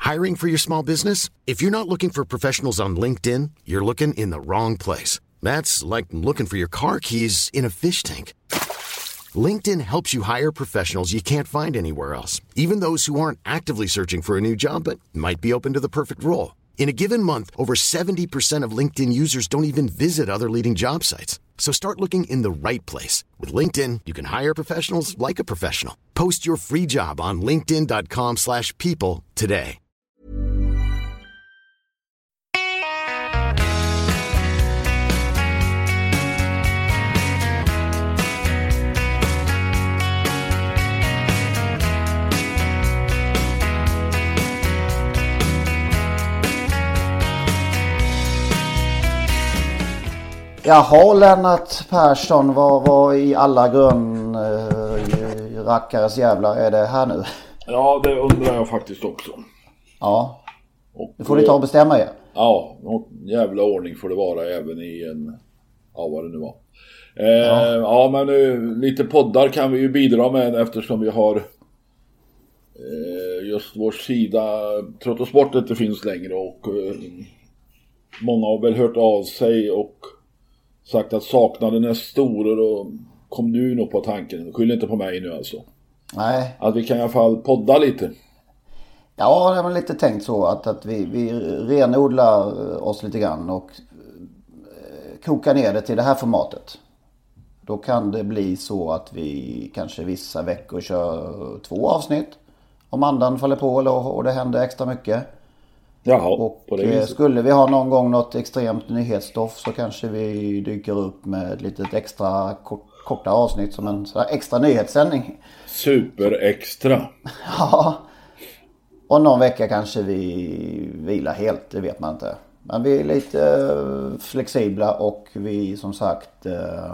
Hiring for your small business? If you're not looking for professionals on LinkedIn, you're looking in the wrong place. That's like looking for your car keys in a fish tank. LinkedIn helps you hire professionals you can't find anywhere else, even those who aren't actively searching for a new job but might be open to the perfect role. In a given month, over 70% of LinkedIn users don't even visit other leading job sites. So start looking in the right place. With LinkedIn, you can hire professionals like a professional. Post your free job on linkedin.com/people today. Jaha, Lennart Persson, vad i alla rackares jävlar är det här nu? Ja, det undrar jag faktiskt också. Ja, nu får ni ta och bestämma er. Ja, något jävla ordning får det vara även i en, ja vad det nu var. Ja, men lite poddar kan vi ju bidra med eftersom vi har just vår sida Trottosport inte finns längre och många har väl hört av sig och sagt att saknaden är stor och då kom du nog på tanken. Skyll inte på mig nu alltså. Nej. Att vi kan i alla fall podda lite. Ja, det var lite tänkt så att vi renodlar oss lite grann och kokar ner det till det här formatet. Då kan det bli så att vi kanske vissa veckor kör 2 avsnitt. Om andan faller på och det händer extra mycket. Jaha, och på det viset. Skulle vi ha någon gång något extremt nyhetsstoff så kanske vi dyker upp med ett litet extra korta avsnitt som en sån här extra nyhetssändning. Super extra. Ja. Och någon vecka kanske vi vilar helt, det vet man inte. Men vi är lite flexibla och vi som sagt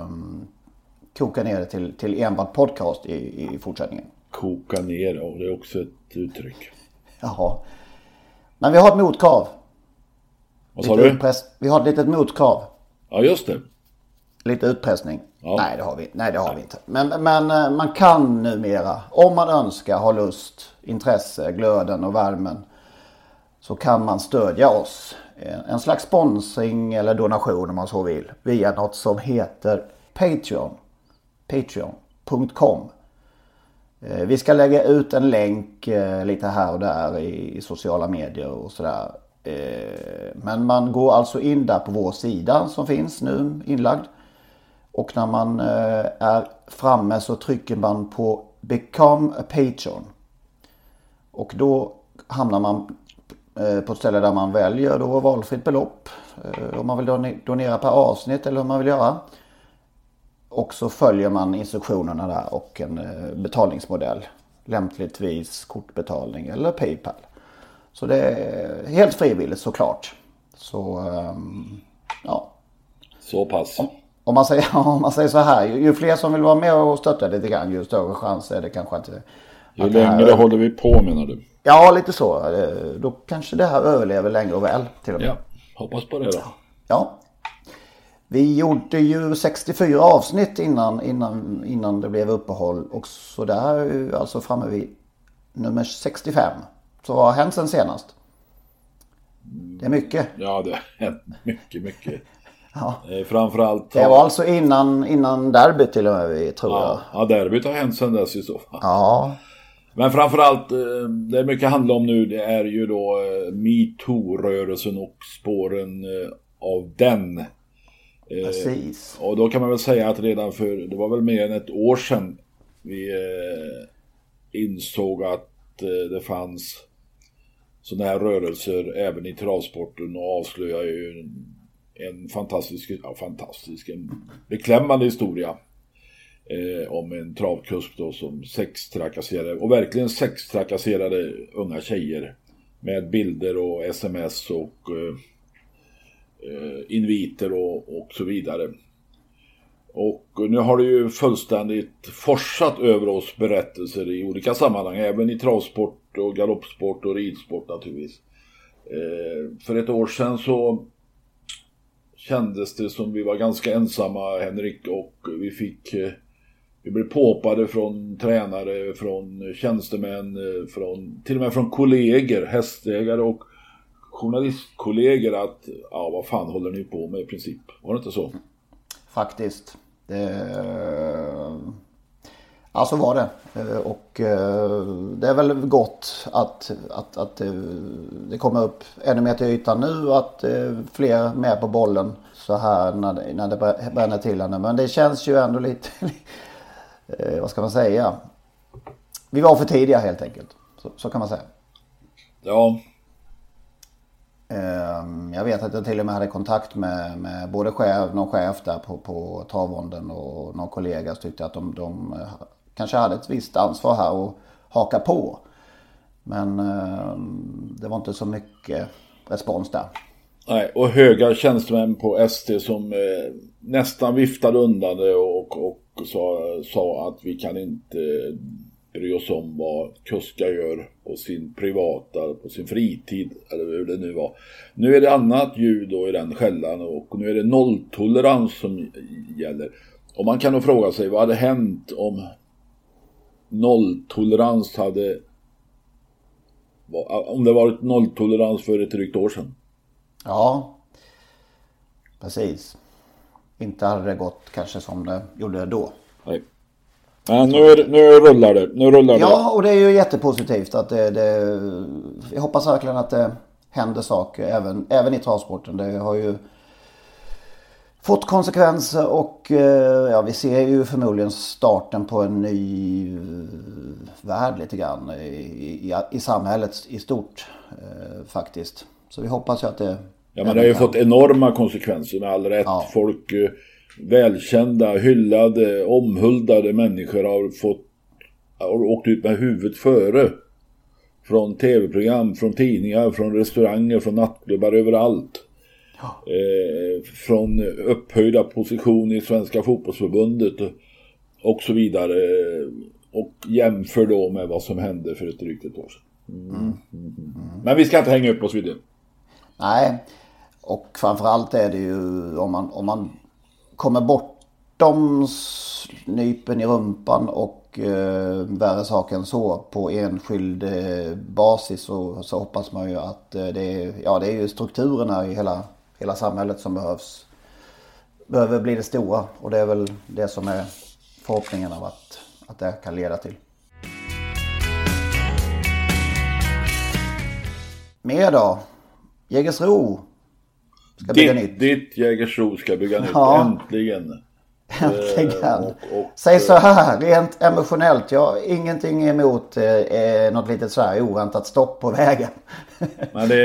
kokar ner det till enbart podcast i fortsättningen. Koka ner, och det är också ett uttryck. Jaha. Men vi har ett motkrav. Vad sa du? Vi har ett litet motkrav. Ja, just det. Lite utpressning. Ja. Nej, det har vi inte. Men man kan numera, om man önskar, ha lust, intresse, glöden och värmen, så kan man stödja oss. En slags sponsring eller donation om man så vill. Via något som heter Patreon. Patreon.com. Vi ska lägga ut en länk lite här och där i sociala medier och sådär. Men man går alltså in där på vår sida som finns nu inlagd. Och när man är framme så trycker man på Become a Patreon. Och då hamnar man på ett ställe där man väljer då valfritt belopp. Om man vill donera per avsnitt eller om man vill göra. Och så följer man instruktionerna där och en betalningsmodell. Lämpligtvis kortbetalning eller PayPal. Så det är helt frivilligt såklart. Så ja. Så pass. Om man säger så här, ju fler som vill vara med och stötta lite grann, ju större chans är det kanske inte. Ju längre håller vi på, menar du? Ja, lite så. Då kanske det här överlever längre och väl till och med. Ja, hoppas på det då. Ja. Vi gjorde ju 64 avsnitt innan det blev uppehåll. Och så där är alltså framme vid nummer 65. Så vad har hänt sen senast? Det är mycket. Ja, det har hänt mycket. Ja. Framförallt. Det var alltså innan derbyt till och med, tror jag. Ja, derbyt har hänt sen dess i så fall. Ja. Men framförallt, det mycket handlar om nu, det är ju då MeToo-rörelsen och spåren av den. Precis. Och då kan man väl säga att redan för, det var väl mer än ett år sedan vi insåg att det fanns sådana här rörelser även i travsporten, och avslöjar ju en en beklämmande historia om en travkusp då som sextrakasserade, och verkligen sextrakasserade unga tjejer med bilder och sms och inviter och så vidare. Och nu har det ju fullständigt forsat över oss berättelser i olika sammanhang, även i travsport och galoppsport och ridsport naturligtvis. För ett år sedan så kändes det som vi var ganska ensamma, Henrik, och vi fick Vi blev påpade från tränare, från tjänstemän, till och med från kollegor, hästägare och journalistkollegor att vad fan håller ni på med i princip? Var det inte så? Faktiskt. Så var det. Och det är väl gott att det kommer upp ännu mer till ytan nu och att fler är med på bollen så här när det bränner till henne. Men det känns ju ändå lite, vad ska man säga? Vi var för tidiga helt enkelt. Så kan man säga. Ja. Jag vet att jag till och med hade kontakt med både någon chef där på Travronden och någon kollega som tyckte att de kanske hade ett visst ansvar här och haka på. Men det var inte så mycket respons där. Nej, och höga tjänstemän på ST som nästan viftade undan det och sa att vi kan inte bry oss om vad kuskar gör på sin privata, på sin fritid eller hur det nu var. Nu är det annat ljud då i den skällan och nu är det nolltolerans som gäller. Och man kan nog fråga sig vad hade hänt om nolltolerans om det varit nolltolerans för ett drygt år sedan. Ja, precis. Inte hade det gått kanske som det gjorde då. Nej. Men nu rullar det. Ja, och det är ju jättepositivt att jag hoppas verkligen att det händer saker även i travsporten. Det har ju fått konsekvenser och vi ser ju förmodligen starten på en ny värld lite grann i samhället i stort faktiskt. Så vi hoppas ju att det... Ja, men det har ju fått enorma konsekvenser med all rätt. Ja. Folk, välkända, hyllade, omhuldade människor har åkt ut med huvudet före. Från tv-program, från tidningar, från restauranger, från nattklubbar, överallt. Ja. Från upphöjda position i Svenska fotbollsförbundet och så vidare. Och jämför då med vad som hände för ett drygt ett år sedan. Men vi ska inte hänga upp oss vid det. Nej, och framförallt är det ju om man kommer bortom snypen i rumpan och värre saken så på enskild basis så hoppas man ju att det är ju strukturerna i hela samhället som behöver bli det stora, och det är väl det som är förhoppningen av att det kan leda till. Mer då? Jägersro ska bygga nytt. Ditt Jägersro ska bygga nytt, äntligen. Äntligen. Säg så här, rent emotionellt. Jag har ingenting emot något litet så här oväntat stopp på vägen. Men det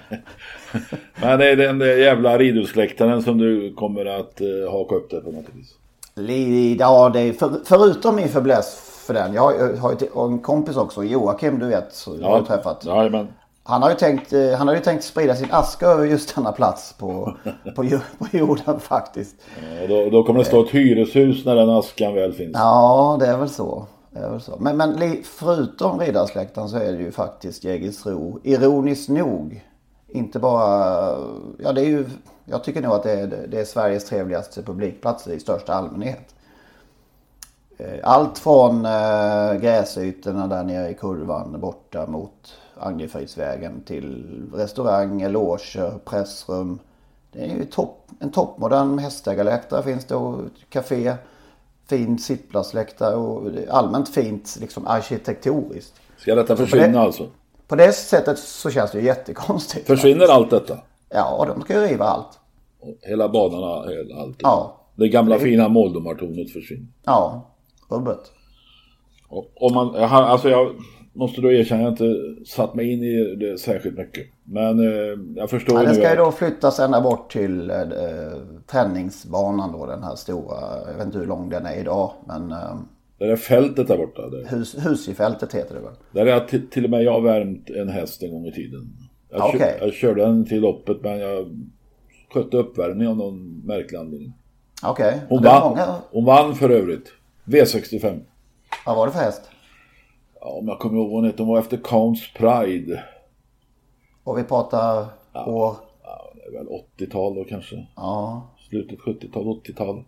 är den där jävla ridhusläktaren som du kommer att haka upp det på något vis. Ja, det är förutom min förbläss för den. Jag har ju en kompis också, Joakim, du vet, så jag har träffat. Ja, men han har ju tänkt sprida sin aska över just denna plats på jorden faktiskt. Ja, då kommer det stå ett hyreshus när den askan väl finns. Ja, det är väl så. Men förutom riddarsläktaren så är det ju faktiskt Jägersro, ironiskt nog, inte bara... Ja, det är ju... Jag tycker nog att det är Sveriges trevligaste publikplatser i största allmänhet. Allt från gräsytorna där nere i kurvan borta mot Anglefridsvägen till restauranger, loger, pressrum. Det är ju en toppmodern hästägarläktare finns det, och café, fin sittplatsläktare och allmänt fint liksom arkitektoniskt. Ska detta försvinna alltså? På det sättet så känns det ju jättekonstigt. Försvinner allt detta? Ja, de ska ju riva allt. Hela banorna, allt. Ja. Det gamla fina måldomartornet försvinner. Ja, rubbet. Om man, alltså jag måste då erkänna att jag inte satt mig in i det särskilt mycket. Men jag förstår nu. Den ska ju då flyttas ända bort till träningsbanan då, den här stora, jag vet inte hur lång den är idag, men... Det är fältet där borta. Husifältet heter det väl. Där är till och med jag värmt en häst en gång i tiden. Jag körde den till loppet, men jag skötte uppvärmning av någon märklig anledning. Okej. Hon vann för övrigt. V65. Vad var det för häst? Ja, om jag kommer ihåg hon var efter Counts Pride. Och vi pratar år? Ja, det är väl 80-tal då kanske. Ja. Slutet 70-tal, 80-tal.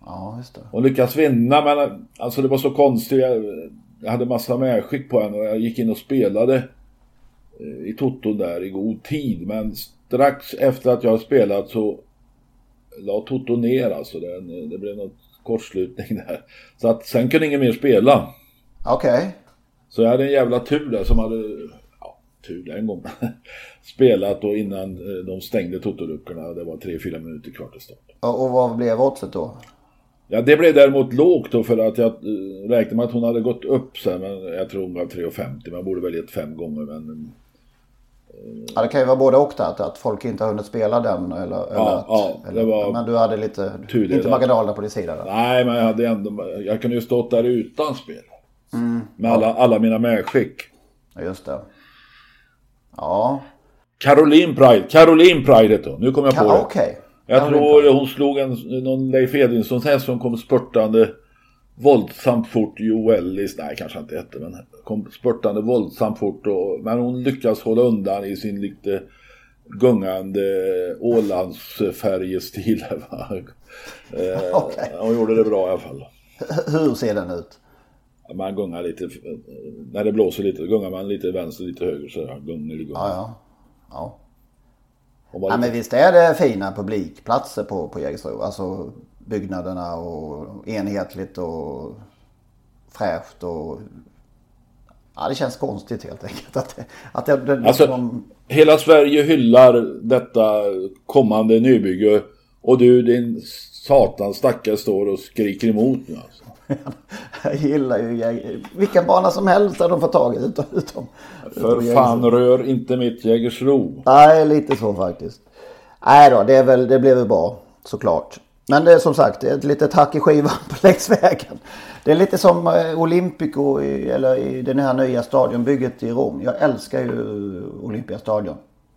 Ja, just det. Hon lyckas vinna, men alltså det var så konstigt. Jag hade massa medskick på henne och jag gick in och spelade i Toto där i god tid. Men strax efter att jag spelat så la Toto ner, alltså det blev något kortslutning där. Så att sen kunde ingen mer spela. Okej. Så jag hade en jävla tur där som hade, en gång spelat och innan de stängde Toto-luckorna. Det var 3-4 minuter kvar till start. Och vad blev oddset då? Ja, det blev däremot lågt då, för att jag räknade med att hon hade gått upp sen, men jag tror hon gav 3,50. Man borde välja 5 gånger, men... Ja, det kan ju vara både och där, att folk inte har hunnit spela den det var... Men du hade lite inte marginaler på din sida där. Nej, men jag kunde ju stått där utan spel. Med alla mina medskick. Ja, just det. Ja. Caroline Pride heter hon. Nu kommer jag på det. Okej. Jag tror hon slog någon Leif Edvinssons häst som kom spurtande våldsamt fort. Joellis, nej kanske inte hette, men kom spurtande våldsamt fort. Men hon lyckas hålla undan i sin lite gungande Ålandsfärjestil. Okay. Hon gjorde det bra i alla fall. Hur ser den ut? Man gungar lite, när det blåser lite, gungar man lite vänster, lite höger, så gungar. Ja. Ja, men visst är det fina publikplatser på Jägersro. Alltså byggnaderna och enhetligt och fräscht och... Ja, det känns konstigt helt enkelt. Alltså, hela Sverige hyllar detta kommande nybygge och du, din satans stackare, står och skriker emot nu alltså. Jag gillar ju vilken bana som helst där de får tag i utom för fan, rör inte mitt Jägersro. Nej, lite så faktiskt. Nej då, det blev väl bra, såklart. Men det är som sagt ett litet hack i skivan på längs vägen. Det är lite som Olympico i den här nya stadionbygget i Rom. Jag älskar ju Olympiastadion.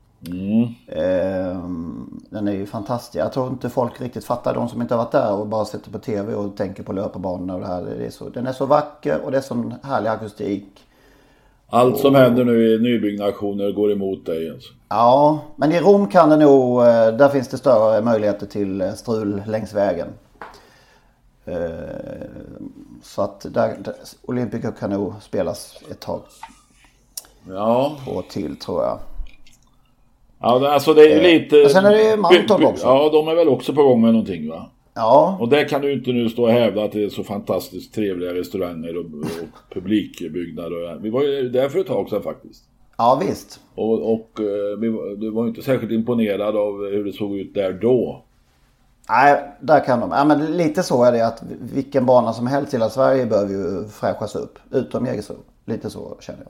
Den är ju fantastisk. Jag tror inte folk riktigt fattar, de som inte har varit där och bara sitter på tv och tänker på löparbanorna och det här. Den är så vacker och det är sån härlig akustik. Allt som händer nu i nybyggnationer går emot dig alltså. Ja, men i Rom kan det nog, där finns det större möjligheter till strul längs vägen. Så att Olympico kan nog spelas ett tag. Ja. På till, tror jag. Ja, alltså det är ju lite... Och sen är det Mantorp också. Ja, de är väl också på gång med någonting, va? Ja. Och där kan du inte nu stå och hävda att det är så fantastiskt trevliga restauranger och publikbyggnader. Vi var ju där för ett tag sedan faktiskt. Ja, visst. Och du var ju inte särskilt imponerad av hur det såg ut där då. Nej, där kan de. Ja, men lite så är det att vilken bana som helst i hela Sverige behöver ju fräschas upp. Utom Jägersro. Lite så känner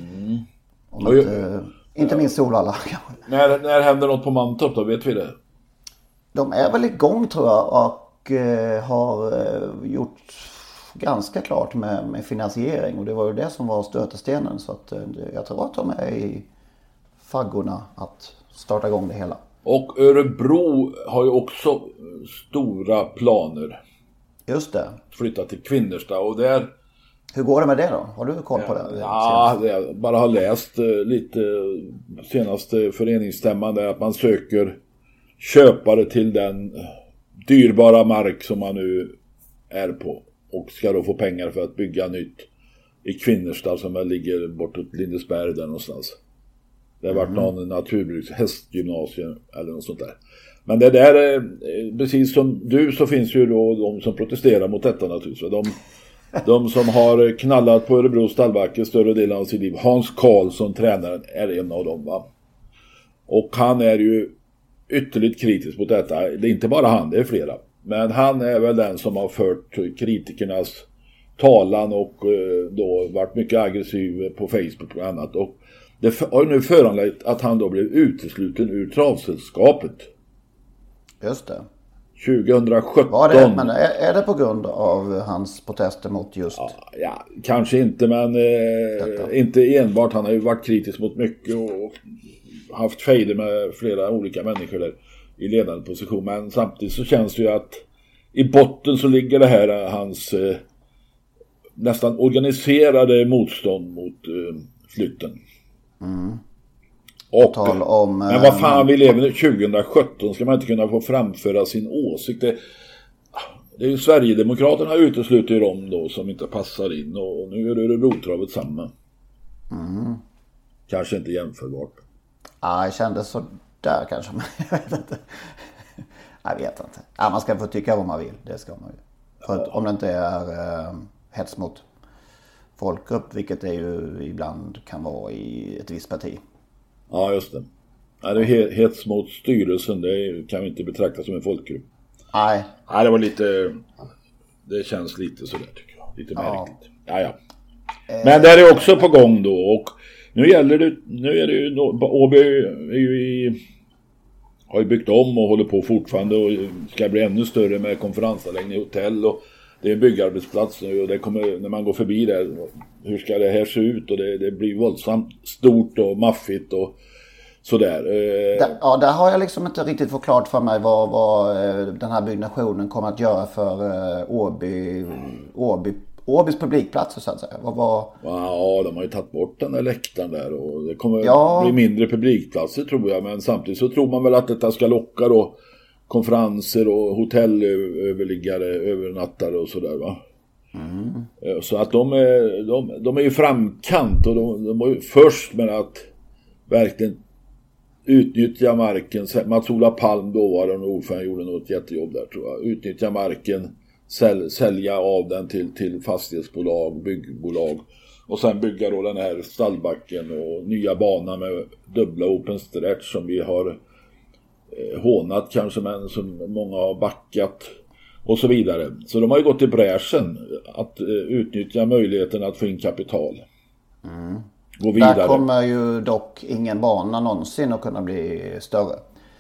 jag. Inte minst Solvalla. När händer något på Mantorp då? Vet vi det? De är väl igång, tror jag, och har gjort ganska klart med finansiering. Och det var ju det som var stötestenen. Så att, jag tror att de är i faggorna att starta igång det hela. Och Örebro har ju också stora planer. Just det. Flytta till Kvinnersta och där... Hur går det med det då? Har du koll på det? Ja, jag bara har läst lite senaste föreningsstämman där att man söker köpare till den dyrbara mark som man nu är på. Och ska då få pengar för att bygga nytt i Kvinnersta som ligger bortåt Lindesberg där någonstans. Det har varit någon naturbruks hästgymnasium eller något sånt där. Men det där, precis som du, så finns ju då de som protesterar mot detta naturligtvis. De som har knallat på Örebro stallbacke större delen av sitt liv. Hans Karlsson, tränaren, är en av dem, va? Och han är ju ytterligt kritisk mot detta. Det är inte bara han, det är flera. Men han är väl den som har fört kritikernas talan och då varit mycket aggressiv på Facebook och annat. Och det har nu föranlett att han då blev utesluten ur travsällskapet. Just det. 2017. Men är det på grund av hans protester mot just... Ja, kanske inte, men inte enbart. Han har ju varit kritisk mot mycket och haft fejder med flera olika människor där i ledande position. Men samtidigt så känns det ju att i botten så ligger det här hans nästan organiserade motstånd mot flytten. Men vad fan, vi lever nu 2017, ska man inte kunna få framföra sin åsikt? det är ju Sverigedemokraterna utesluter dem då som inte passar in, och nu är det Örebrotravet samma. Kanske inte jämförbart. Ja, jag kände så där kanske, men jag vet inte. Jag vet inte. Ja, man ska få tycka vad man vill, det ska man ju. För att om det inte är hets mot folkgrupp, vilket det ju ibland kan vara i ett visst parti. Ja, just det. Ja, det är hets mot styrelsen, det kan vi inte betrakta som en folkgrupp. Nej. Ja, det var lite, det känns lite sådär tycker jag. Lite märkligt. Ja. Men det är också på gång då, och nu är det ju, Åby är ju har ju byggt om och håller på fortfarande och ska bli ännu större med konferensanläggning, hotell, och det är en byggarbetsplats nu, och det kommer, när man går förbi där, hur ska det här se ut, och det blir våldsamt stort och maffigt och sådär. Där har jag liksom inte riktigt fått klart för mig vad den här byggnationen kommer att göra för Åbys publikplatser så att säga. Ja, de har ju tagit bort den där läktaren där, och det kommer bli mindre publikplatser tror jag, men samtidigt så tror man väl att detta ska locka då konferenser och hotellöverliggare, övernattare och sådär va. Så att de är ju framkant, och de var ju först med att verkligen utnyttja marken. Mats-Ola Palm då var den ordförande, gjorde något jättejobb där tror jag. Utnyttja marken, sälja av den till fastighetsbolag, byggbolag, och sen bygga då den här stallbacken och nya banan med dubbla open stretch som vi har hånat kanske, men som många har backat och så vidare. Så de har ju gått i bräschen att utnyttja möjligheten att få in kapital. Gå vidare. Där kommer ju dock ingen bana någonsin att kunna bli större.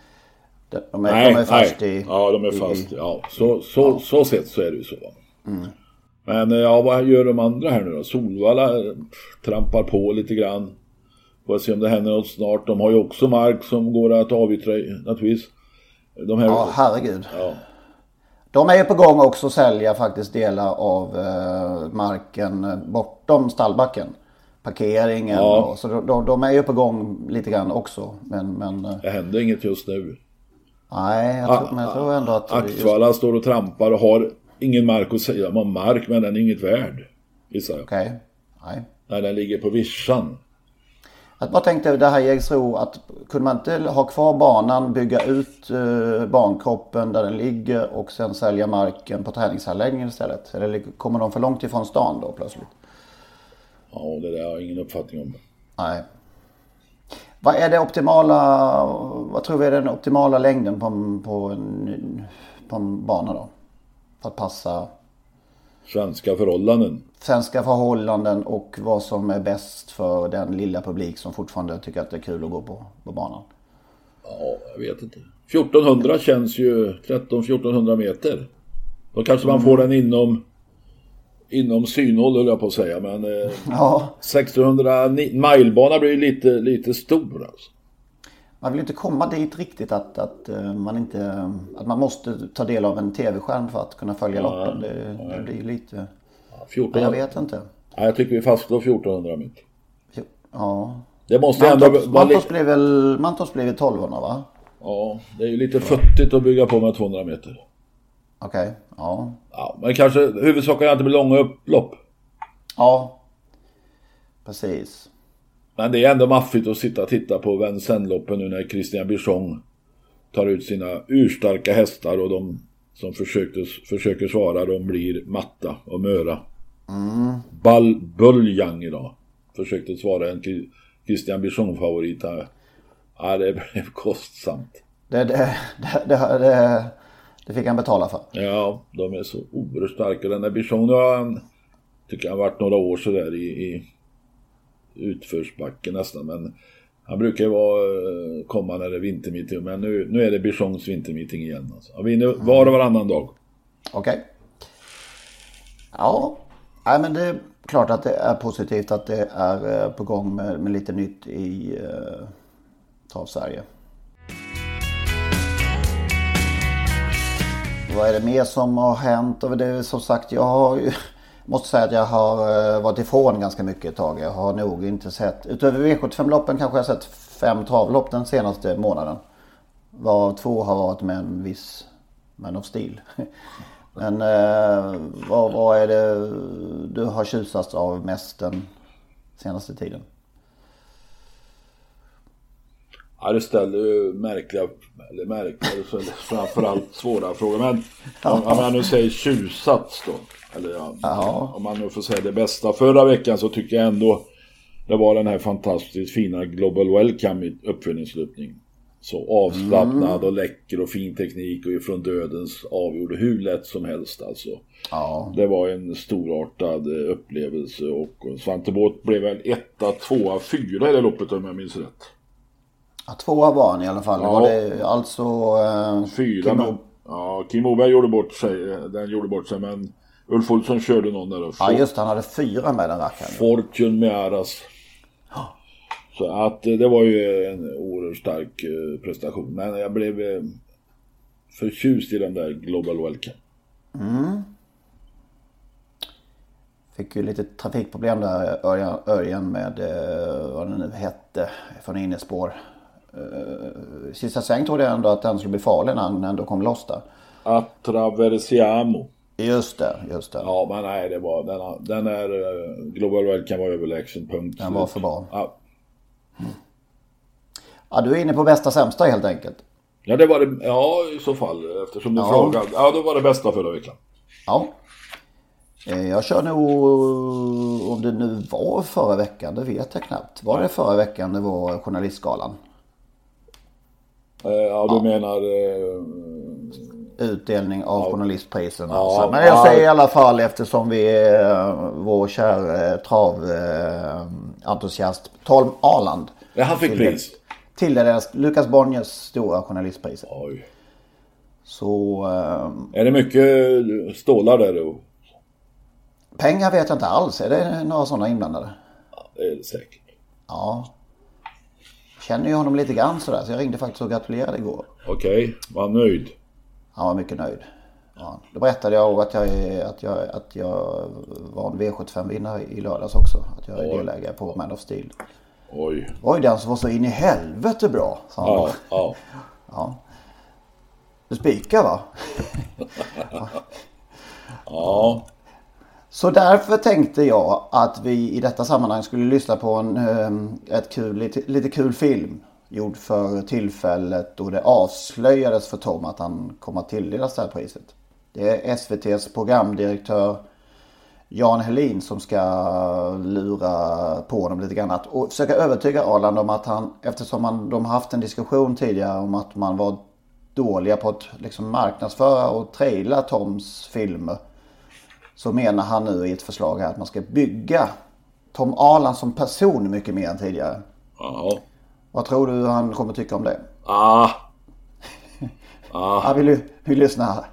De är fast i... Ja, de är fast. Så sett så är det ju så. Men vad gör de andra här nu då? Solvalla trampar på lite grann. Får se om det händer något snart. De har ju också mark som går att avyttra naturligtvis. Herregud. Ja. De är ju på gång också att sälja faktiskt delar av marken bortom stallbacken. Parkeringen. Ja. Så de är ju på gång lite grann också. Men det händer inget just nu. Nej, jag tror ändå att... Axvalla står och trampar och har ingen mark att säga. Man har mark, men den är inget värd. Okej. Nej. När den ligger på vischan. Jag bara tänkte det här Jägersro, att kunde man inte ha kvar banan, bygga ut bankroppen där den ligger och sen sälja marken på träningsanläggningen istället? Eller kommer de för långt ifrån stan då plötsligt? Ja, det där har jag ingen uppfattning om. Nej. Vad är det optimala, vad tror vi är den optimala längden på en bana då? För att passa svenska förhållanden och vad som är bäst för den lilla publik som fortfarande tycker att det är kul att gå på banan. Ja, jag vet inte. 1400 känns ju 13-1400 meter. Då kanske man får den inom synhåll höll jag på att säga, men 1600 milebana blir lite stor alltså. Man vill inte komma dit riktigt att man måste ta del av en tv-skärm för att kunna följa loppen. Det blir lite... 1400. Jag vet inte. Ja, jag tycker vi fastslår 1400 meter. Ja. Det måste ändå Mantorp blir 1200 va? Ja, det är ju lite futtigt att bygga på med 200 meter. Okej, ja. Ja, men kanske huvudsakligen inte blir långa upplopp. Ja, precis. Men det är ändå maffigt att sitta och titta på Vincennes-loppen nu när Christian Bichon tar ut sina urstarka hästar, och de som försöker svara, de blir matta och möra. Buljang idag försökte svara en Christian Bichon-favorit här. Ja, det blev kostsamt. Det fick han betala för. Ja, de är så oerhört starka. Den där Bichon, tycker jag har varit några år så där i utförsbacken nästan, men han brukar ju komma när det är vintermeeting, men nu är det Bichons vintermeeting igen alltså. Han vinner var och varannan dag. Okej. Ja, men det är klart att det är positivt att det är på gång med lite nytt i Trav-Sverige. Vad är det mer som har hänt? Och det är som sagt, måste säga att jag har varit ifrån ganska mycket ett tag. Jag har nog inte sett, utöver V75-loppen kanske jag har sett 5 travlopp den senaste månaden. 2 har varit med en viss Man of Steel. Men vad är det du har tjusats av mest den senaste tiden? Ja, det ställer ju märkliga, framförallt svåra frågor. Men om man nu säger tjusats då, eller om man nu får säga det bästa. Förra veckan så tycker jag ändå det var den här fantastiskt fina Global Welcome i uppföljningsslutning. Så avslappnad och läcker och fin teknik och ifrån dödens avgjorde hur lätt som helst alltså. Ja. Det var en storartad upplevelse och Svante Båth blev väl 1, 2, 4 i det loppet om jag minns rätt. Ja, 2 var han i alla fall. Ja. Var det alltså 4. Kim Moberg gjorde bort sig, men Ulf Olsson körde någon där uppe. Ja just, han hade 4 med den rackaren. Fortune Mearas. Så att det var ju en oerhört stark prestation. Men jag blev förtjust i den där Global Welcome. Fick ju lite trafikproblem där Örjan med vad det nu hette från innespår. Sista sväng trodde jag ändå att den skulle bli farlig när han ändå kom loss där. Attraversiamo. Just det. Ja, men nej, det var den är Global Welcome var överlägsen punkt. Den var för bra. Ja. Ja, du är inne på bästa sämsta helt enkelt. Ja, det var det. Ja, i så fall eftersom du frågade. Ja, det var det bästa förra veckan. Ja. Jag kör nog, om det nu var förra veckan, det vet jag knappt. Var det förra veckan det var journalistskalan? Ja, du menar... Utdelning av journalistprisen. Ja, men jag säger i alla fall, eftersom vi är vår kär traventusiast Tom Arland. Ja, han fick pris. Tilldelades Lukas Bonniers stora journalistpriset. Oj. Så... är det mycket stålar där då? Pengar vet jag inte alls. Är det några sådana inblandade? Ja, det är det säkert. Ja. Känner ju honom lite grann sådär. Så jag ringde faktiskt och gratulerade igår. Okej, var nöjd? Han var mycket nöjd. Ja. Då berättade jag att jag var en V75-vinnare i lördags också. Att jag är delägare på Man of Steel. Oj. Oj, den som var så in i helvete bra. Ja. Ja. Du spikar va? Ja. Så därför tänkte jag att vi i detta sammanhang skulle lyssna på lite kul film. Gjord för tillfället då det avslöjades för Tom att han kommer att tilldelas det här priset. Det är SVT:s programdirektör Jan Helin som ska lura på dem lite grann och försöka övertyga Arland om att han, eftersom de har haft en diskussion tidigare om att man var dåliga på att liksom marknadsföra och traila Toms filmer, så menar han nu i ett förslag här att man ska bygga Tom Arland som person mycket mer än tidigare. Ja. Vad tror du han kommer tycka om det? Ja, vi lyssnar här.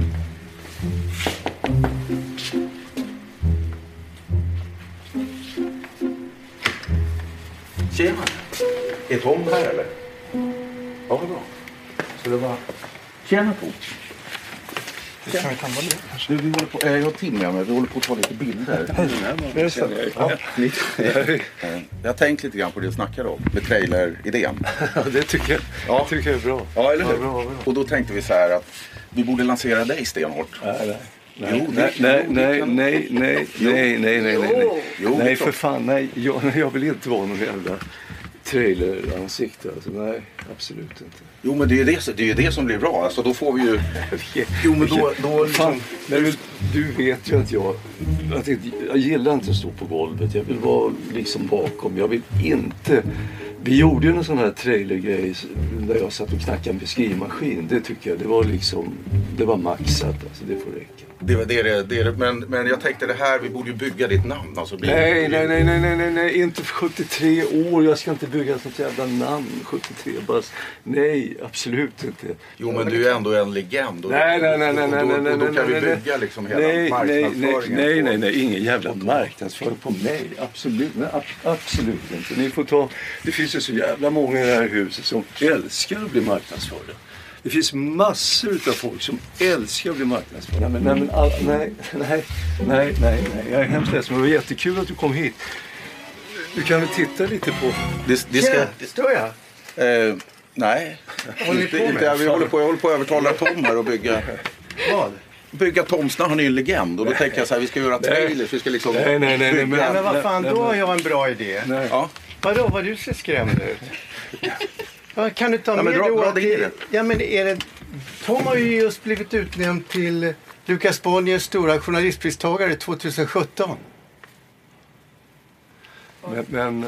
Tjena. Är Tom här eller? Ja, vad bra. Så det var... Tjena Tom. Du håller på... Jag har Tim med mig. Vi håller på att ta lite bilder. Jag har tänkt lite grann på det du snackade om. Med trailer-idén. Ja, det tycker jag. Ja. Det tycker jag är bra. Ja, eller hur? Ja, bra. Och då tänkte vi så här att vi borde lansera dig stenhårt. Nej, för fan. Nej, jag vill inte vara någon jävla trailer-ansikte. Alltså, nej, absolut inte. Jo, men det är ju det som blir bra. Alltså, då får vi ju... Jo, men då liksom... Du vet ju att jag gillar inte att stå på golvet. Jag vill vara liksom bakom. Jag vill inte... Vi gjorde ju en sån här trailergrej där jag satt och knackade med skrivmaskin. Det tycker jag, det var maxat. Alltså, det får räcka. Det är men jag tänkte det här, vi borde ju bygga ditt namn. Alltså, Nej, inte för 73 år. Jag ska inte bygga ett sånt jävla namn. 73 bara. Nej, absolut inte. Jo, men du är ändå en legend. Nej. Då kan vi bygga liksom hela marknadsföringen. Nej, ingen jävla marknadsföring på mig. Absolut inte. Ni får ta, det finns ju så jävla många i det här huset som älskar att bli marknadsförda. Det finns massor av folk som älskar att bli marknadsförda. Nej. Jag är hemskt ledsen. Det var jättekul att du kom hit. Du kan väl titta lite på... Står jag? Nej. Jag håller på att övertala Tom här och bygga... Vad? bygga Tomsna, han är ju en legend. Och då tänker jag så här, vi ska göra trailers. Vi ska liksom Nej. Men vad fan, då har jag en bra idé. Ja. Vadå, vad du ser skrämd ut? Ja, kan du ta med men då dra att det i det. Ja, men är det... Tom har ju just blivit utnämnd till Lukas Bonniers stora journalistpristagare 2017. Men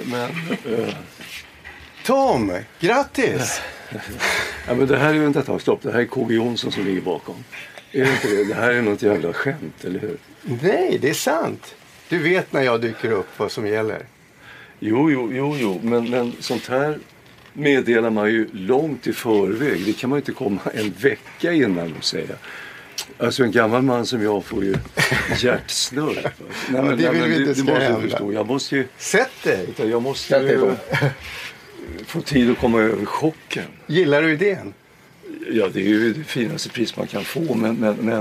Tom, grattis! ja, men det här är ju inte ett tagstopp. Det här är KG Jonsson som ligger bakom. Är det inte det? Det här är något jävla skämt, eller hur? Nej, det är sant. Du vet när jag dyker upp vad som gäller. Jo. Men sånt här meddelar man ju långt i förväg. Det kan man ju inte komma en vecka innan och säga. Alltså en gammal man som jag får ju hjärtsnurr. Det vill vi inte ska hända. Förstå. Jag måste ju... Sätt dig! Jag måste ju få tid att komma över chocken. Gillar du idén? Ja, det är ju det finaste pris man kan få, men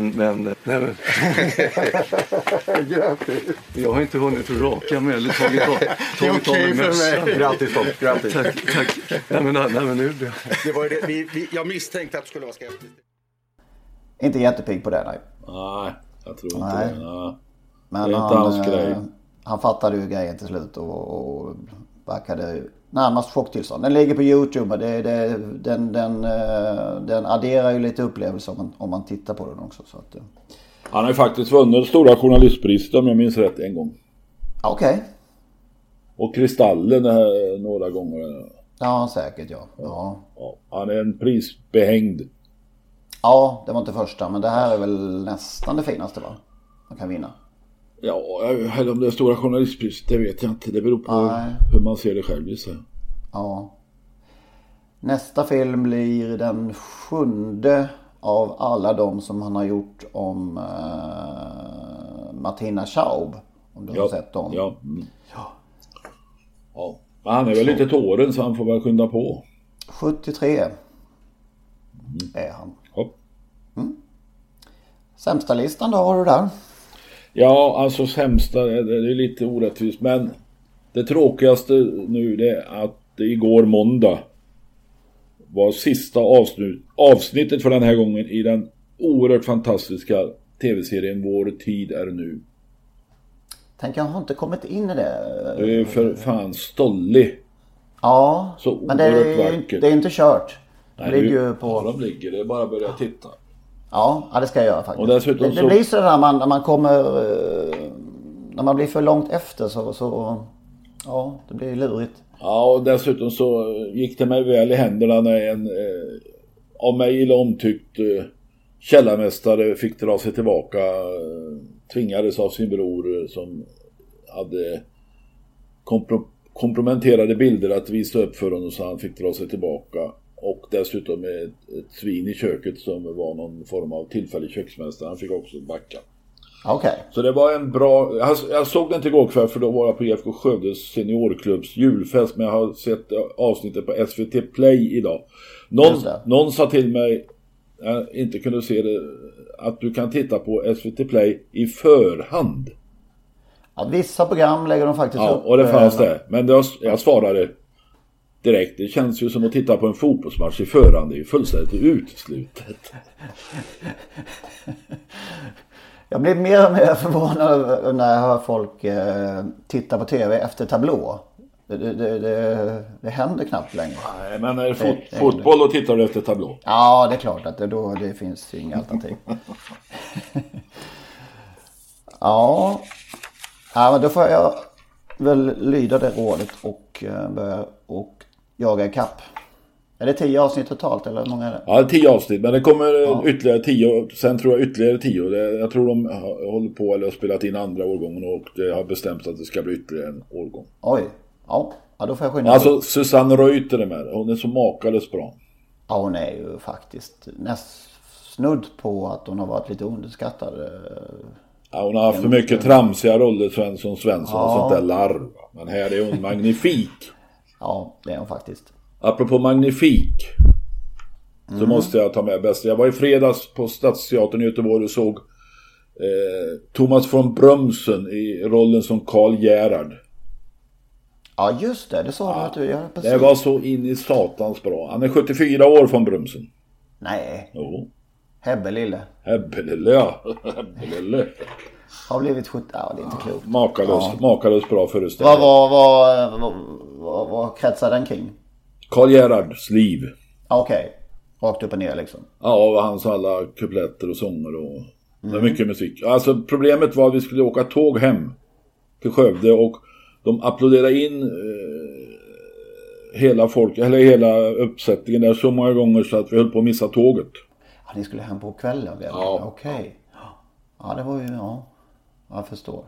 Grattis! jag har inte hunnit att raka mig eller tagit av okej för mig. Grattis Tom, grattis. Tack. Nej men nu blir Det var ju det. Jag misstänkte att det skulle vara skeptiskt. Inte jättepigg på det, nej. Nej, jag tror inte Nej. det. Nej. Men Det är inte hans grej. han fattade ju grejen till slut och verkade närmast chocktillstånd. Den ligger på YouTube. Den adderar ju lite upplevelser om man tittar på den också. Så att, Han har ju faktiskt vunnit stora journalistpriset om jag minns rätt en gång. Okej. Och Kristallen några gånger. Ja, säkert ja. Ja, han är en prisbehängd. Ja, det var inte första, men det här är väl nästan det finaste, va? Man kan vinna. Ja, eller om det är stora journalistpriset, det vet jag inte. Det beror på hur man ser det själv. Så. Ja. Nästa film blir den 7:e av alla de som han har gjort om Martina Schaub. Om du har sett dem. Ja. Men han är väl lite tåren så han får väl skynda på. 73 är han. Ja. Sämsta listan då har du där. Ja, alltså sämsta, det är lite orättvist. Men det tråkigaste nu det är att igår måndag var sista avsnittet för den här gången i den oerhört fantastiska tv-serien Vår tid är nu. Tänk, jag har inte kommit in i det. Det är för fan stollig. Ja, Så men det är inte kört. Det ligger ju på... Ja, de ligger. Det är bara att börja titta. Ja, det ska jag göra faktiskt. Och dessutom det blir så där när man kommer... När man blir för långt efter så ja, det blir lurigt. Ja, och dessutom så gick det mig väl i händerna när en av mig illa omtyckt källarmästare fick dra sig tillbaka. Tvingades av sin bror som hade komprometterade bilder att visa upp för honom, så han fick dra sig tillbaka. Och dessutom med ett svin i köket som var någon form av tillfällig köksmästare. Han fick också backa. Okej. Så det var en bra... Jag såg det inte igår kväll för då var jag på IFK Skövdes seniorklubbs julfest. Men jag har sett avsnittet på SVT Play idag. Någon sa till mig, jag inte kunde se det, att du kan titta på SVT Play i förhand. Ja, vissa program lägger de faktiskt upp. Ja, och det fanns det. Men jag svarade direkt. Det känns ju som att titta på en fotbollsmatch i förhand. Det är ju fullständigt uteslutet. Jag blir mer och mer förvånad när jag hör folk titta på tv efter tablå. Det händer knappt längre. Nej, men är det fotboll och tittar du efter tablå? Ja, det är klart att det finns inga alternativ. Ja, men då får jag väl lyda det rådet och börja och jaga ikapp. Är det 10 avsnitt totalt eller hur många är det? Ja, 10 avsnitt, men det kommer ytterligare 10. Sen tror jag ytterligare 10. Jag tror de håller på eller har spelat in andra årgången och det har bestämt att det ska bli ytterligare en årgång. Oj, ja då får jag skynda. Alltså Susanne Reuter är med. Hon är så makalös bra. Ja, hon är ju faktiskt snudd på att hon har varit lite underskattad. Ja, hon har haft för mycket tramsiga roller, Svensson och sånt där larv. Men här är hon magnifik. Ja, det är hon faktiskt. Apropå magnifik så måste jag ta med bäst. Jag var i fredags på Stadsteatern i Göteborg och såg Thomas von Brömsen i rollen som Karl Gerhard. Ja, just det sa du att du gör. Det var så in i satans bra. Han är 74 år von Brömsen. Nej. Jo. Hebbelille. Hebbelille, ja. Hebbelille. Har blivit 70. Ja, det är inte klokt. Makalöst bra föreställning. Vad kretsar den kring? Karl Gerhards liv. Okej. Rakt upp och ner liksom. Ja, och hans alla kupletter och sånger och det är mycket musik. Alltså problemet var att vi skulle åka tåg hem till Skövde och de applåderade in hela hela uppsättningen där så många gånger så att vi höll på att missa tåget. Ja, ni skulle hem på kvällen. Ja. Okej. Ja, det var ju, ja. Jag förstår.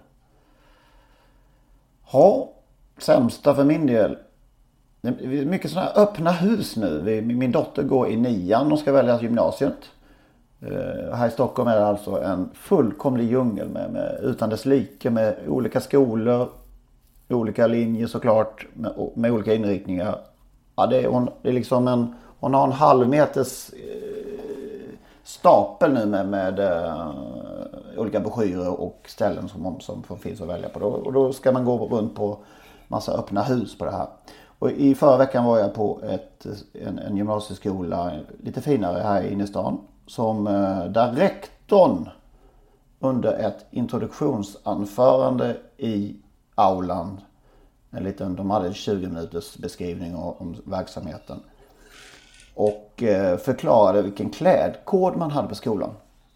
Ja, sämsta för min del. Det är mycket sådana här öppna hus nu. Min dotter går i 9:an och ska välja gymnasiet. Här i Stockholm är det alltså en fullkomlig djungel utan dess like med olika skolor, olika linjer såklart, med olika inriktningar. Ja, det är liksom hon har en halvmeters stapel nu med olika broschyrer och ställen som finns att välja på. Och då ska man gå runt på massa öppna hus på det här. Och i förra veckan var jag på en gymnasieskola lite finare här i stan. Där rektorn under ett introduktionsanförande i aulan, de hade 20 minuters beskrivning om verksamheten. Och förklarade vilken klädkod man hade på skolan.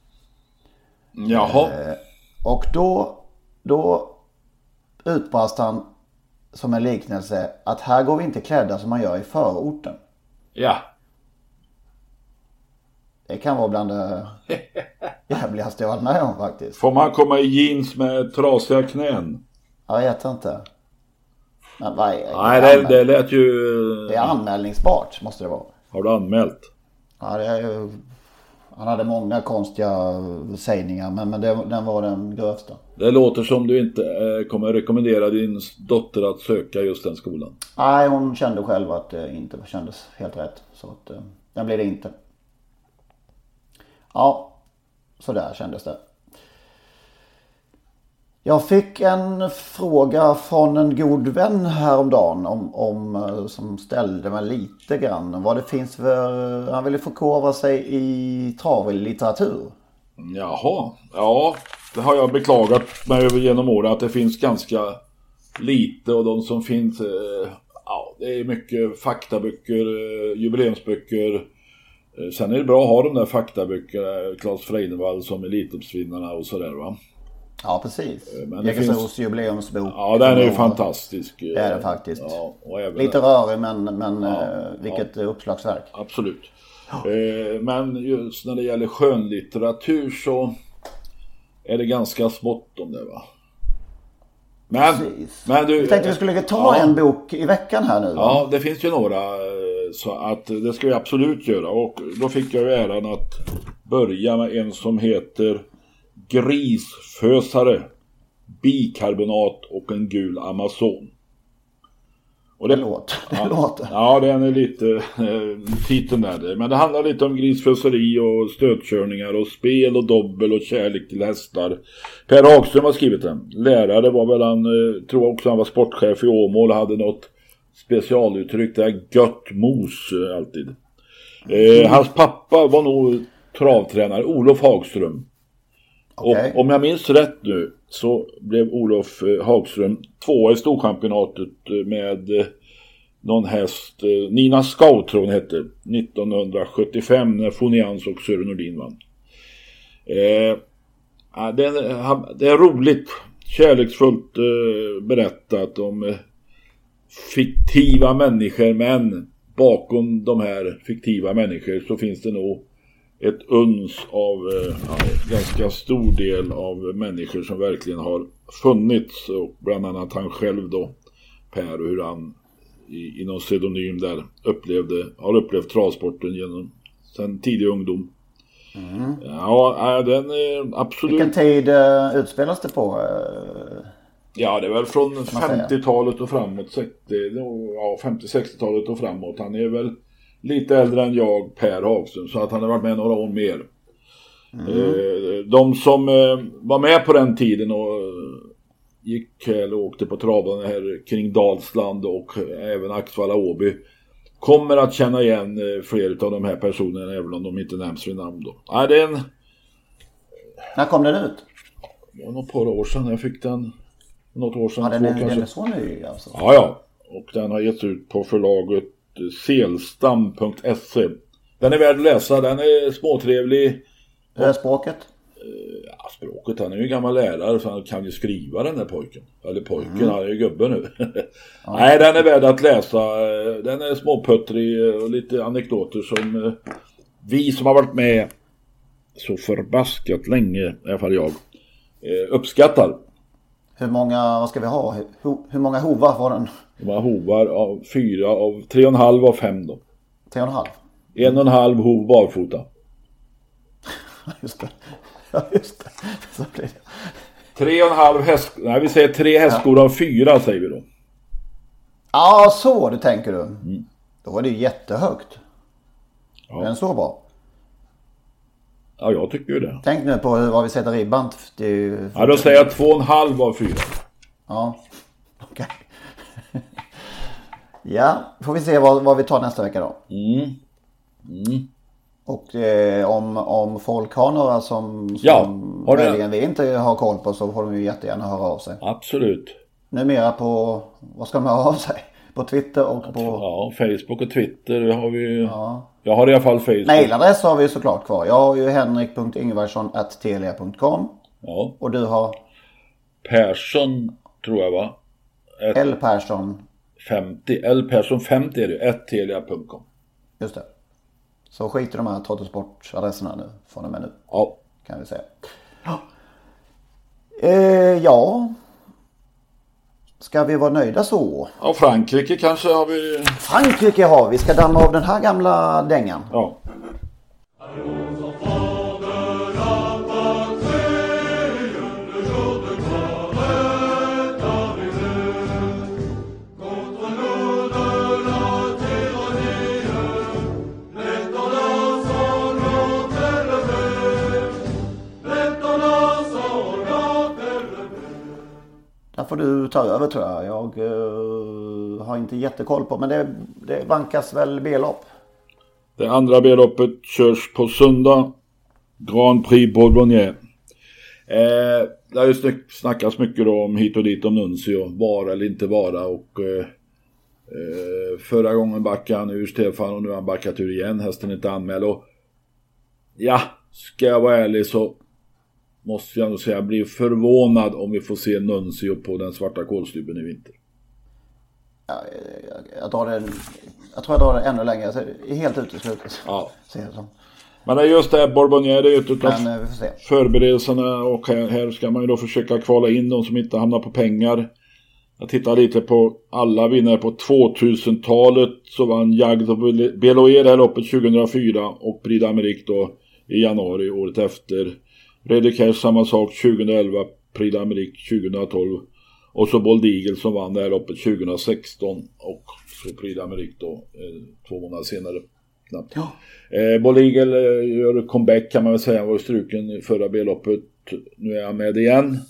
Jaha. Och då utbrast han som en liknelse att här går vi inte klädda som man gör i förorten. Ja. Det kan vara bland det jävligaste jag har med om faktiskt. Får man komma i jeans med trasiga knän? Jag vet inte. Men nej, det lät ju... Det är anmälningsbart måste det vara. Har du anmält? Ja, det är ju... Han hade många konstiga sägningar, men den var den grövsta. Det låter som du inte kommer rekommendera din dotter att söka just den skolan. Nej, hon kände själv att det inte kändes helt rätt. Så att den blev det inte. Ja, så där kändes det. Jag fick en fråga från en god vän häromdagen som ställde mig lite grann vad det finns för... Han ville förkovra sig i travellitteratur. Jaha, ja, det har jag beklagat mig över genom åren att det finns ganska lite och de som finns, ja, det är mycket faktaböcker, jubileumsböcker. Sen är det bra att ha de där faktaböckerna, Claes Freidenvall som Elitloppsvinnarna och sådär va. Ja, precis. Men det finns jubileumsbok. Ja, den är ju fantastisk. Det är det faktiskt. Ja, och även lite rörig men vilket uppslagsverk. Absolut. Men just när det gäller skönlitteratur så är det ganska smått om det va. Men du, jag tänkte vi skulle ta en bok i veckan här nu va? Ja, det finns ju några så att det ska vi absolut göra och då fick jag ju äran att börja med en som heter Grisfösare, bikarbonat och en gul Amazon. Och det låter. Ja, den är lite titeln där. Men det handlar lite om grisföseri och stödkörningar och spel och dobbel och kärlek till hästar. Per Hagström har skrivit den. Lärare var väl han, tror också han var sportchef i Åmål och hade något specialuttryck där, gött mos alltid. Hans pappa var nog travtränare, Olof Hagström. Okay. Och om jag minns rätt nu så blev Olof Hagström 2 i storchampionatet med någon häst, Nina Scout tror hon hette, 1975 när Fonians och Sören Nordin vann. Det är roligt, kärleksfullt berättat om fiktiva människor, men bakom de här fiktiva människor så finns det nog ett uns av ganska stor del av människor som verkligen har funnits, och bland annat han själv då, Per, och hur han i någon pseudonym där har upplevt travsporten genom sen tidig ungdom. Ja, den är absolut... Vilken tid utspelas det på? Ja, det är väl från 50-talet och framåt, 50-60-talet och framåt. Han är väl lite äldre än jag, Per Hagström, så att han har varit med några år mer. De som var med på den tiden och gick eller åkte på travarna här kring Dalsland och även Axvalla Åby kommer att känna igen fler av de här personerna även om de inte nämns vid namn då. Nej, det är en... När kom den ut? Det var något par år sedan jag fick den. Något år sedan. Ja, den är så ny alltså. Ja. Och den har getts ut på förlaget selstam.se. Den är värd att läsa, den är småtrevlig. Hur är språket? Ja, språket, han är ju gammal lärare så han kan ju skriva den där pojken. Eller pojken, han är ju gubben nu. Nej, den är värd att läsa. Den är småputtrig och lite anekdoter som vi som har varit med så förbaskat länge, i alla fall jag, uppskattar. Hur många, vad ska vi ha? Hur många hovar var den? De har hovar av 4 av 3,5 av 5 då. 3,5? 1,5 hov barfota. Just det. Ja, just det. Så blir det. 3,5 häst... Nej, vi säger 3 hästskor av 4 säger vi då. Ja, så det tänker du. Då var det ju jättehögt. Ja. Den så bra. Ja, jag tycker ju det. Tänk nu på vad vi sätter ribban. Det är ju... Ja, då säger jag 2,5 av 4. Ja, okej. Ja, får vi se vad vi tar nästa vecka då. Och om folk har några som möjligen vi inte har koll på så får de ju jättegärna höra av sig. Absolut. Numera på, vad ska de höra av sig? På Twitter och på... Ja, Facebook och Twitter har vi... Ja. Jag har i alla fall Facebook. Mailadress har vi ju såklart kvar. Jag har ju henrik.ingvarsson@telia.com. Ja. Och du har? Persson, tror jag va? L Persson 50. L Persson 50 är det. @telia.com. Just det. Så skit i de här Trottosportadresserna nu. Från och med nu. Ja. Kan vi säga. Ja. Ska vi vara nöjda så? Ja, Frankrike kanske har vi... Frankrike har vi. Ska damma av den här gamla dängan. Ja. Där får du ta över tror jag. Jag har inte jättekoll på, men det vankas väl B-lopp. Det andra B-loppet körs på söndag. Grand Prix Bourgogne. Det har ju snackats mycket då om hit och dit om Nuncio. Vara eller inte vara. Och förra gången backade han ur Stefan och nu har han backat ur igen. Hästen inte anmäld. Och ja, ska jag vara ärlig så måste jag nog säga jag blir förvånad om vi får se Nuncio på den svarta kolstyben i vinter. Ja, jag tror jag drar det ännu längre. Så det är helt uteslutet. Ja. Så. Men det är just det här Bourgogne, det är ett utav förberedelserna och här ska man ju då försöka kvala in de som inte hamnar på pengar. Jag tittar lite på alla vinnare på 2000-talet så vann Jagd och Beloer det här loppet 2004 och Prix d'Amérique då i januari året efter. Redekers samma sak 2011, Prix d'Amérique 2012 och så Bold Eagle som vann det här loppet 2016 och så Prix d'Amérique då 2 månader senare knappt. Ja. Bold Eagle gör comeback kan man väl säga, han var struken i förra B-loppet, nu är han med igen.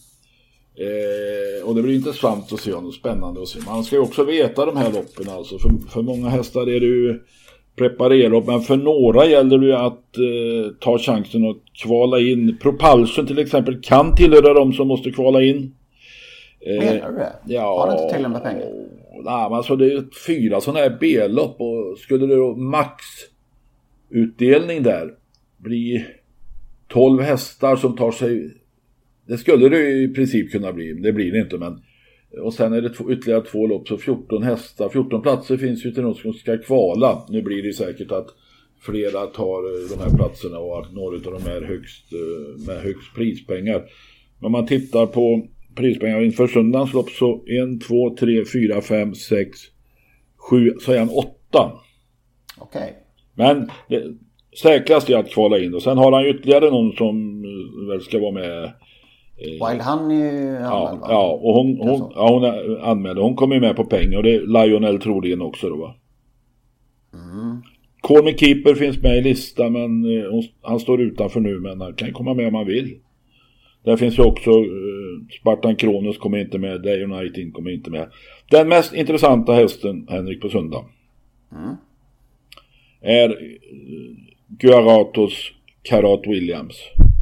Och det blir intressant att se honom, spännande att se. Man ska ju också veta de här loppen alltså, för många hästar är det ju preparera, men för några gäller det ju att ta chansen att kvala in. Propulsion till exempel kan tillhöra dem som måste kvala in. Menar du det? Ja. Har det inte till med pengar? Nej, men alltså det är 4 sådana här B-lopp och skulle det då maxutdelning där bli 12 hästar som tar sig, det skulle det i princip kunna bli, det blir det inte, men och sen är det ytterligare 2 lopp så 14 hästar, 14 platser finns ju till någon som ska kvala. Nu blir det säkert att flera tar de här platserna och att några av de är med högst prispengar. Men man tittar på prispengar inför söndagens lopp så 1, 2, 3, 4, 5, 6, 7, så är han 8. Okej. Men det säkrast är att kvala in och sen har han ytterligare någon som väl ska vara med. Wild Honey anmäld, ja, och hon är anmäld. Hon kommer med på pengar och det är Lionel troligen också då va. Call Me Keeper finns med i listan men han står utanför nu men han kan komma med om han vill. Där finns ju också Spartan Kronos kommer inte med, Day United kommer inte med. Den mest intressanta hästen Henrik på söndag. är Guaratos Karat Williams.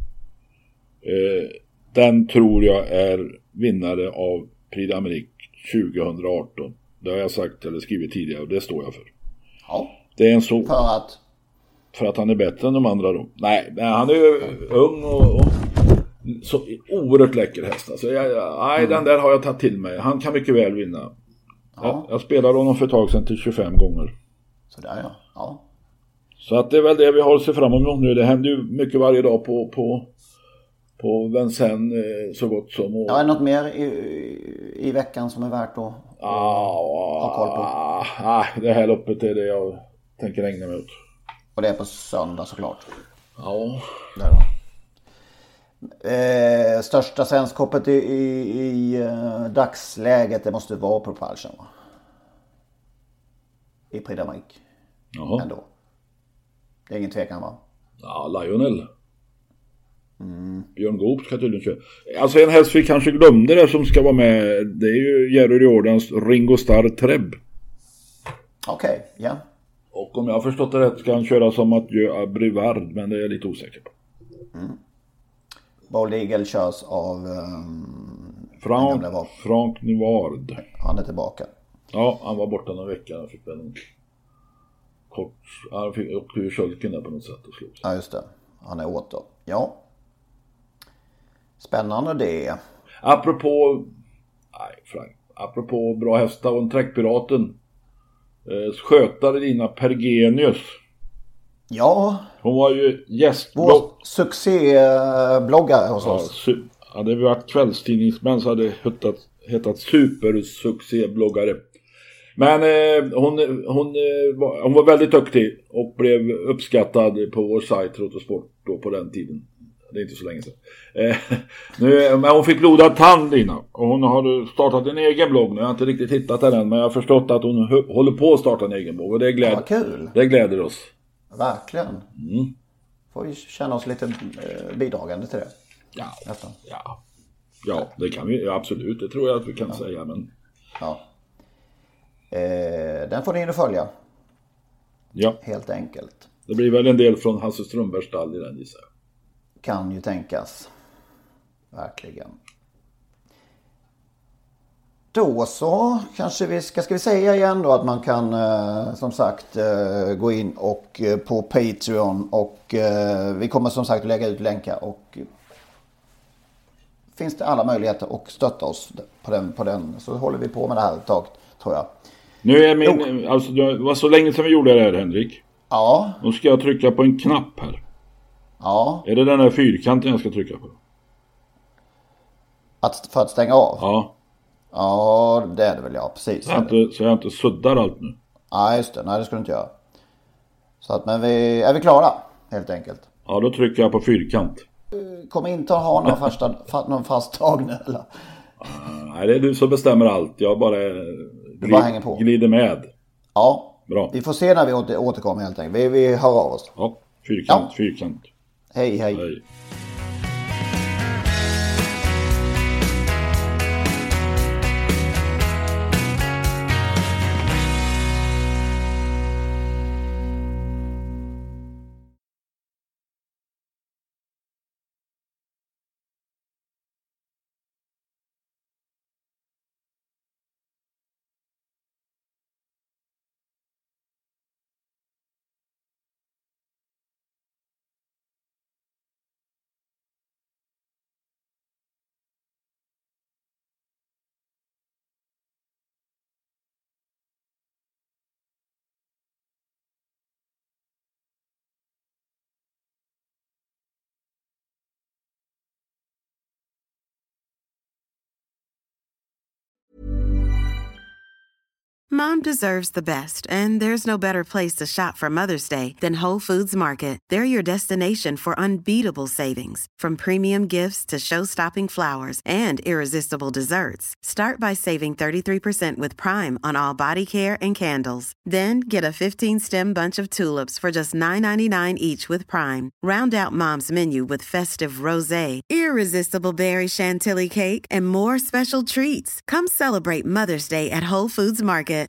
Den tror jag är vinnare av Prix d'Amérique 2018. Det har jag sagt eller skrivit tidigare och det står jag för. Ja. Det är en så... För att han är bättre än de andra då. Nej, han är ju ung och så oerhört läcker häst. Alltså, den där har jag tagit till mig. Han kan mycket väl vinna. Ja. Jag spelade honom för ett tag sedan till 25 gånger. Sådär ja. Så att det är väl det vi har att se fram emot nu. Det händer ju mycket varje dag på Vincennes så gott som. Och... Ja, är något mer i veckan som är värt att ha koll på? Det här loppet är det jag tänker ägna mig åt. Och det är på söndag såklart. Ja. Där då. Största svenskhoppet i dagsläget, det måste vara Propulsion, va? I Prix d'Amérique. Jaha. Ändå. Det är ingen tvekan, va? Ja, Lionel. Björn Goop ska tydligen köra. Alltså en häst vi kanske glömde det som ska vara med, det är ju Jerry Jordans Ringo Starr Treb. Okej, ja. Och om jag har förstått det rätt ska han köra som Mathieu Brivard, men det är jag lite osäker på. Bold Eagle körs av Frank Nivard. Han är tillbaka. Ja, han var borta någon vecka. Han fick en kort... Han fick upp ur kölken där på något sätt och slut. Ja, just det. Han är åter. Ja. Spännande det. Apropå bra hästar och en träckpiraten. Skötare Lina Pergenius. Ja. Hon var ju vår succébloggare hos oss. Hade vi varit kvällstidningsmän så hade det hetat supersuccébloggare. Men hon var väldigt duktig och blev uppskattad på vår sajt Trottosport då på den tiden. Det är inte så länge sedan. Men hon fick blodad tand innan. Och hon har startat en egen blogg nu. Jag har inte riktigt hittat den än, men jag har förstått att hon håller på att starta en egen blogg. Och det kul. Det gläder oss. Verkligen. Får vi känna oss lite bidragande till det. Ja, det kan vi absolut. Det tror jag att vi kan säga. Men... Ja. Den får ni in och följa. Ja. Helt enkelt. Det blir väl en del från Hasse Strömbergs stall i den, gissar jag. Kan ju tänkas. Verkligen. Då så kanske ska vi säga igen då att man kan som sagt gå in och på Patreon och vi kommer som sagt lägga ut länkar och finns det alla möjligheter att stötta oss på den så håller vi på med det här ett tag, tror jag. Nu är alltså det var så länge sedan vi gjorde det här, Henrik. Ja. Nu ska jag trycka på en knapp här. Ja. Är det den här fyrkanten jag ska trycka på? För att stänga av? Ja. Ja, det är det väl, ja, precis. Så jag inte suddar allt nu. Ja, just det. Nej, det ska du inte göra. Så att, men är vi klara, helt enkelt? Ja, då trycker jag på fyrkant. Kommer inte att ha någon fast tag nu, eller? Nej, det är du som bestämmer allt. Jag bara hänger på. Glider med. Ja, bra. Vi får se när vi återkommer helt enkelt. Vi hör av oss. Ja, fyrkant. Hej. Mom deserves the best, and there's no better place to shop for Mother's Day than Whole Foods Market. They're your destination for unbeatable savings, from premium gifts to show-stopping flowers and irresistible desserts. Start by saving 33% with Prime on all body care and candles. Then get a 15-stem bunch of tulips for just $9.99 each with Prime. Round out Mom's menu with festive rosé, irresistible berry chantilly cake, and more special treats. Come celebrate Mother's Day at Whole Foods Market.